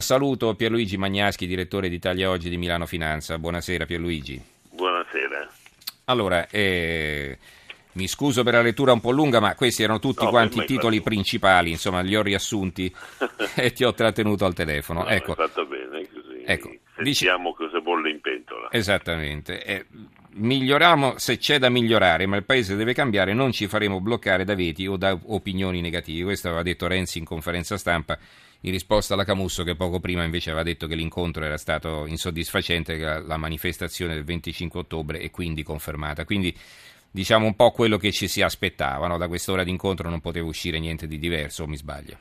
Saluto Pierluigi Magnaschi, direttore di Italia Oggi di Milano Finanza. Buonasera Pierluigi. Buonasera. Allora, mi scuso per la lettura un po' lunga, ma questi erano tutti quanti i titoli principali, insomma, li ho riassunti e ti ho trattenuto al telefono. No, ecco. hai fatto bene, così ecco, sentiamo cosa bolle in pentola. Esattamente. Miglioriamo se c'è da migliorare, ma il Paese deve cambiare, non ci faremo bloccare da veti o da opinioni negative. Questo aveva detto Renzi in conferenza stampa in risposta alla Camusso, che poco prima invece aveva detto che l'incontro era stato insoddisfacente, che la manifestazione del 25 ottobre è quindi confermata. Quindi diciamo un po' quello che ci si aspettava, no? Da quest'ora d'incontro non poteva uscire niente di diverso, o mi sbaglio?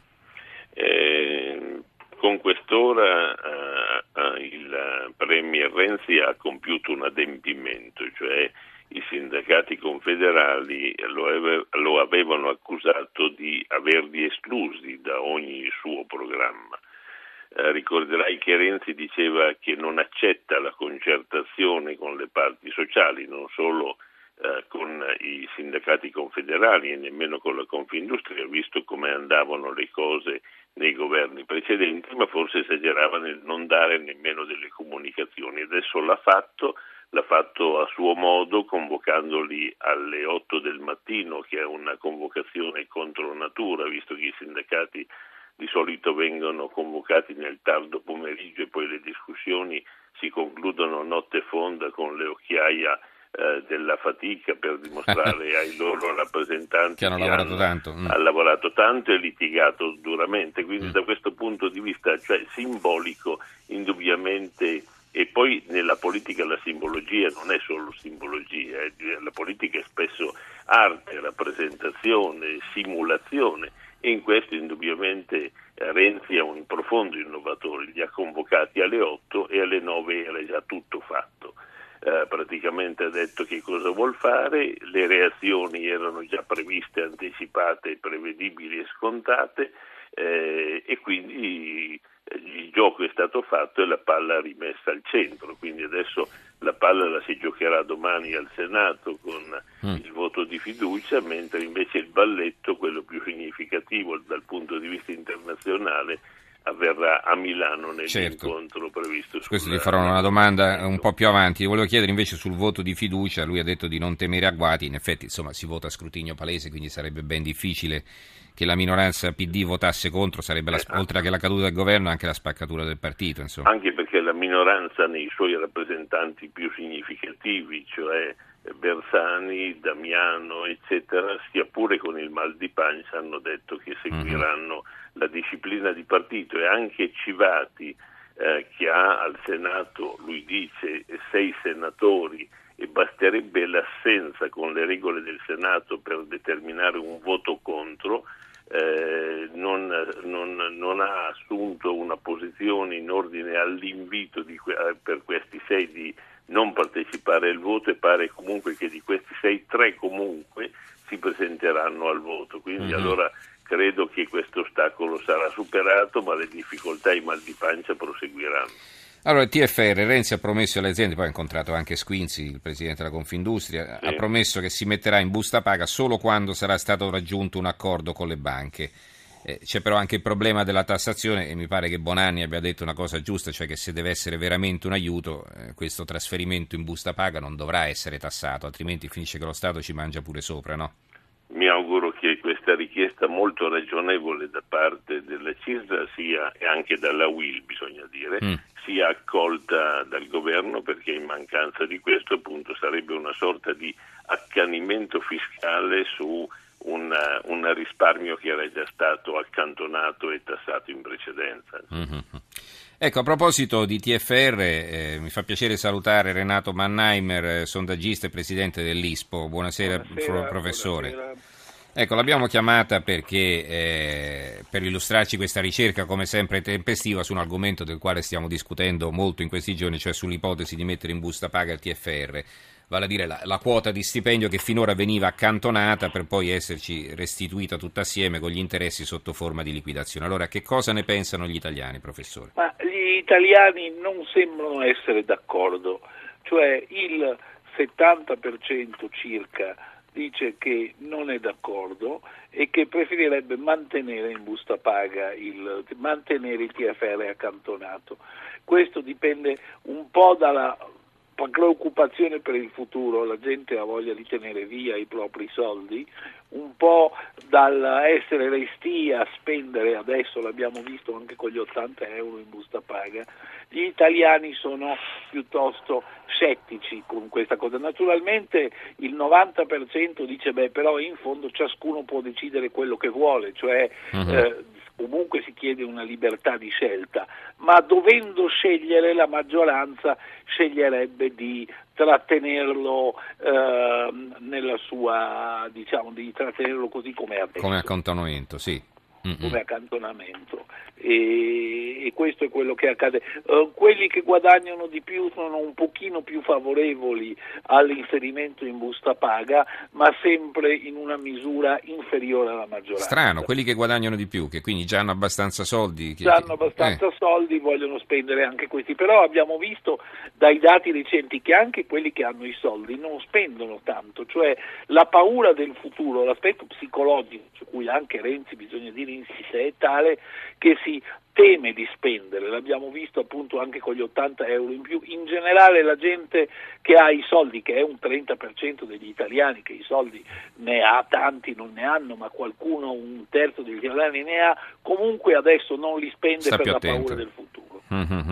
Con quest'ora il Premier Renzi ha compiuto un adempimento, cioè i sindacati confederali lo avevano accusato di averli esclusi da ogni suo programma. Ricorderai che Renzi diceva che non accetta la concertazione con le parti sociali, non solo con i sindacati confederali e nemmeno con la Confindustria, visto come andavano le cose nei governi precedenti, ma forse esagerava nel non dare nemmeno delle comunicazioni. Adesso l'ha fatto a suo modo, convocandoli alle 8 del mattino, che è una convocazione contro natura, visto che i sindacati di solito vengono convocati nel tardo pomeriggio e poi le discussioni si concludono notte fonda con le occhiaia della fatica, per dimostrare ai loro rappresentanti che hanno lavorato tanto. Ha lavorato tanto e litigato duramente, quindi da questo punto di vista, cioè simbolico, indubbiamente. E poi nella politica la simbologia non è solo simbologia, la politica è spesso arte, rappresentazione, simulazione, e in questo indubbiamente Renzi è un profondo innovatore, li ha convocati alle 8 e alle 9 era già tutto fatto. Praticamente ha detto che cosa vuol fare, le reazioni erano già previste, anticipate, prevedibili e scontate, e quindi il gioco è stato fatto e la palla rimessa al centro, quindi adesso la palla la si giocherà domani al Senato con il voto di fiducia, mentre invece il balletto, quello più significativo dal punto di vista internazionale, avverrà a Milano nell'incontro previsto. Questo ti farò una domanda un po' più avanti. Volevo chiedere invece sul voto di fiducia. Lui ha detto di non temere agguati. In effetti, insomma, si vota a scrutinio palese, quindi sarebbe ben difficile che la minoranza PD votasse contro. Sarebbe oltre che la caduta del governo anche la spaccatura del partito, insomma. Anche perché la minoranza nei suoi rappresentanti più significativi, cioè Bersani, Damiano, eccetera, sia pure con il mal di pancia, hanno detto che seguiranno la disciplina di partito, e anche Civati, che ha al Senato, lui dice, 6 senatori e basterebbe l'assenza con le regole del Senato per determinare un voto contro, non ha assunto una posizione in ordine all'invito per questi 6 di non partecipare al voto, e pare comunque che di questi 6, 3 comunque si presenteranno al voto, quindi allora credo che questo ostacolo sarà superato, ma le difficoltà e i mal di pancia proseguiranno. Allora, il TFR, Renzi ha promesso alle aziende, poi ha incontrato anche Squinzi, il presidente della Confindustria, ha promesso che si metterà in busta paga solo quando sarà stato raggiunto un accordo con le banche. C'è però anche il problema della tassazione, e mi pare che Bonanni abbia detto una cosa giusta, cioè che se deve essere veramente un aiuto, questo trasferimento in busta paga non dovrà essere tassato, altrimenti finisce che lo Stato ci mangia pure sopra, no? Mi auguro che questa richiesta molto ragionevole da parte della CISL e anche dalla UIL, bisogna dire, sia accolta dal governo, perché in mancanza di questo appunto sarebbe una sorta di accanimento fiscale su un risparmio che era già stato accantonato e tassato in precedenza. Ecco, a proposito di TFR, mi fa piacere salutare Renato Mannheimer, sondaggista e presidente dell'ISPO. Buonasera professore. Buonasera. Ecco, l'abbiamo chiamata perché per illustrarci questa ricerca, come sempre tempestiva, su un argomento del quale stiamo discutendo molto in questi giorni, cioè sull'ipotesi di mettere in busta paga il TFR, vale a dire la quota di stipendio che finora veniva accantonata per poi esserci restituita tutta assieme con gli interessi sotto forma di liquidazione. Allora, che cosa ne pensano gli italiani, professore? Ma gli italiani non sembrano essere d'accordo, cioè il 70% circa dice che non è d'accordo e che preferirebbe mantenere in busta paga mantenere il TFR accantonato. Questo dipende un po' dalla preoccupazione per il futuro, la gente ha voglia di tenere via i propri soldi, un po' dall'essere restia a spendere, adesso l'abbiamo visto anche con gli 80 euro in busta paga. Gli italiani sono piuttosto scettici con questa cosa. Naturalmente il 90% dice però in fondo ciascuno può decidere quello che vuole, cioè comunque si chiede una libertà di scelta, ma dovendo scegliere la maggioranza sceglierebbe di trattenerlo nella sua, diciamo, di trattenerlo così come adesso. Come accantonamento, sì. Come accantonamento, e questo è quello che accade. Quelli che guadagnano di più sono un pochino più favorevoli all'inserimento in busta paga, ma sempre in una misura inferiore alla maggioranza. Strano, quelli che guadagnano di più, che quindi già hanno abbastanza soldi. Hanno abbastanza soldi, vogliono spendere anche questi, però abbiamo visto dai dati recenti che anche quelli che hanno i soldi non spendono tanto, cioè la paura del futuro, l'aspetto psicologico su cui anche Renzi, bisogna dire, insiste, è tale che si teme di spendere, l'abbiamo visto appunto anche con gli 80 euro in più. In generale la gente che ha i soldi, che è un 30% degli italiani, che i soldi ne ha, tanti non ne hanno, ma qualcuno, un terzo degli italiani ne ha, comunque adesso non li spende per la paura del futuro.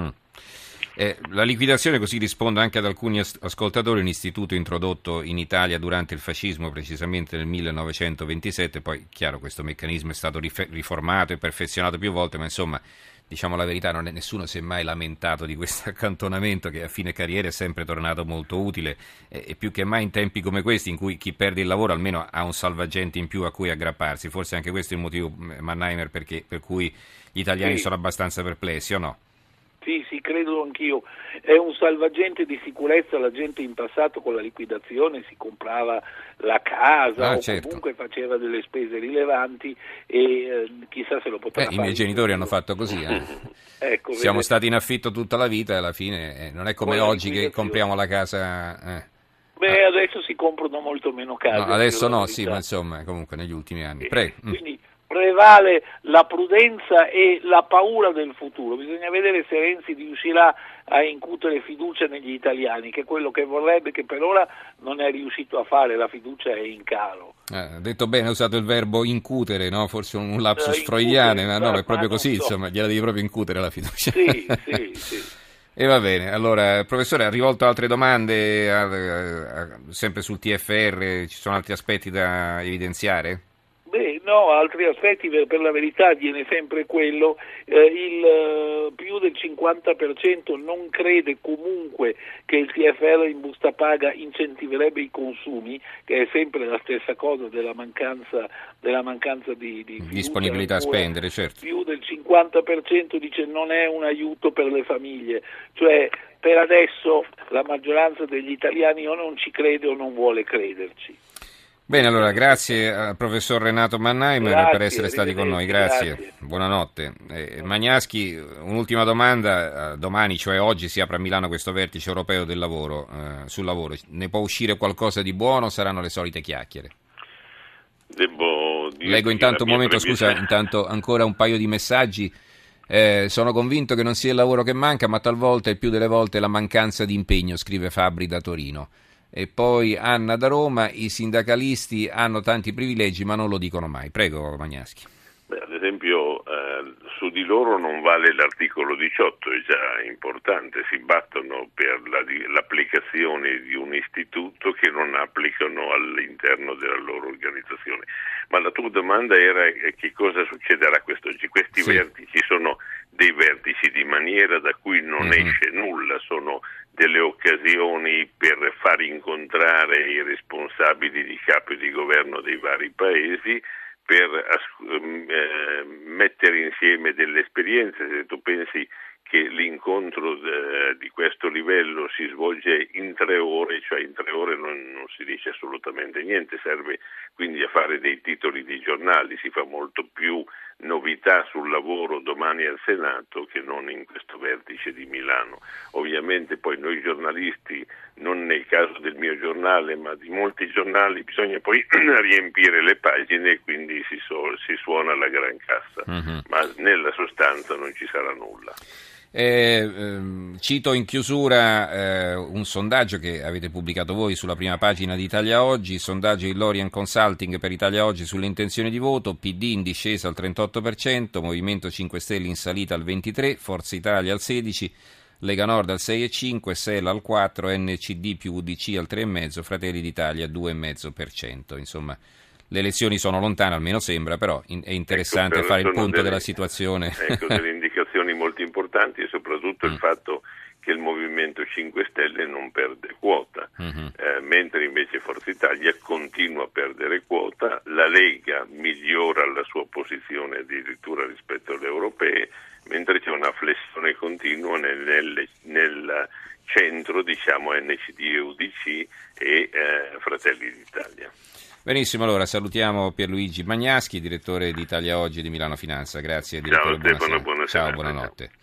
La liquidazione, così rispondo anche ad alcuni ascoltatori, un istituto introdotto in Italia durante il fascismo, precisamente nel 1927, poi chiaro questo meccanismo è stato riformato e perfezionato più volte, ma insomma, diciamo la verità, nessuno si è mai lamentato di questo accantonamento che a fine carriera è sempre tornato molto utile e più che mai in tempi come questi in cui chi perde il lavoro almeno ha un salvagente in più a cui aggrapparsi. Forse anche questo è il motivo, Mannheimer, per cui gli italiani sono abbastanza perplessi, o no? Sì, credo anch'io. È un salvagente di sicurezza. La gente in passato con la liquidazione si comprava la casa o certo. comunque faceva delle spese rilevanti e chissà se lo potrà fare. I miei genitori hanno fatto così. Ecco, siamo stati in affitto tutta la vita e alla fine non è come oggi che compriamo la casa. Adesso si comprano molto meno case. No, adesso no, sì, ma insomma, comunque negli ultimi anni. Prego. Quindi prevale la prudenza e la paura del futuro. Bisogna vedere se Renzi riuscirà a incutere fiducia negli italiani, che è quello che vorrebbe, che per ora non è riuscito a fare. La fiducia è in calo. Detto bene, ha usato il verbo incutere, no? Forse un lapsus freudiano, ma no, è proprio così, insomma, gliela devi proprio incutere la fiducia. Sì. E va bene, allora, professore, ha rivolto altre domande, sempre sul TFR, ci sono altri aspetti da evidenziare? No, altri aspetti, per la verità viene sempre quello, il più del 50% non crede comunque che il TFR in busta paga incentiverebbe i consumi, che è sempre la stessa cosa della mancanza di disponibilità a spendere, certo. Più del 50% dice non è un aiuto per le famiglie, cioè per adesso la maggioranza degli italiani o non ci crede o non vuole crederci. Bene, allora grazie al professor Renato Mannheimer per essere stati con noi, grazie. Buonanotte. Magnaschi, un'ultima domanda, domani, cioè oggi, si apre a Milano questo vertice europeo del lavoro, sul lavoro, ne può uscire qualcosa di buono o saranno le solite chiacchiere? Leggo intanto un momento, scusa, intanto ancora un paio di messaggi. Sono convinto che non sia il lavoro che manca, ma talvolta e più delle volte la mancanza di impegno, scrive Fabri da Torino. E poi Anna da Roma, i sindacalisti hanno tanti privilegi ma non lo dicono mai. Prego Magnaschi. Ad esempio su di loro non vale l'articolo 18, è già importante, si battono per l'applicazione di un istituto che non applicano all'interno della loro organizzazione. Ma la tua domanda era che cosa succederà quest'oggi? Questi vertici sono dei vertici di maniera da cui non esce nulla, sono delle occasioni per far incontrare i responsabili di capi di governo dei vari paesi, per mettere insieme delle esperienze. Se tu pensi che l'incontro di questo livello si svolge in 3 ore, cioè in 3 ore non si dice assolutamente niente, serve quindi a fare dei titoli di giornali, si fa molto più novità sul lavoro domani al Senato che non in questo vertice di Milano. Ovviamente poi noi giornalisti, non nel caso del mio giornale ma di molti giornali, bisogna poi riempire le pagine e quindi si suona la gran cassa, ma nella sostanza non ci sarà nulla. Cito in chiusura un sondaggio che avete pubblicato voi sulla prima pagina di Italia Oggi, sondaggio di Lorient Consulting per Italia Oggi sulle intenzioni di voto, PD in discesa al 38%, Movimento 5 Stelle in salita al 23%, Forza Italia al 16%, Lega Nord al 6,5%, SEL al 4%, NCD più UDC al 3,5%, Fratelli d'Italia al 2,5%. Insomma, le elezioni sono lontane, almeno sembra, però è interessante fare il punto della situazione. Ecco, delle indicazioni molto importanti e soprattutto il fatto che il Movimento 5 Stelle non perde quota, mentre invece Forza Italia continua a perdere quota, la Lega migliora la sua posizione addirittura rispetto alle europee, mentre c'è una flessione continua nel centro, diciamo, NCD e UDC e Fratelli d'Italia. Benissimo, allora salutiamo Pierluigi Magnaschi, direttore di Italia Oggi di Milano Finanza. Grazie direttore. Ciao Stefano, buonasera. Ciao, buonanotte.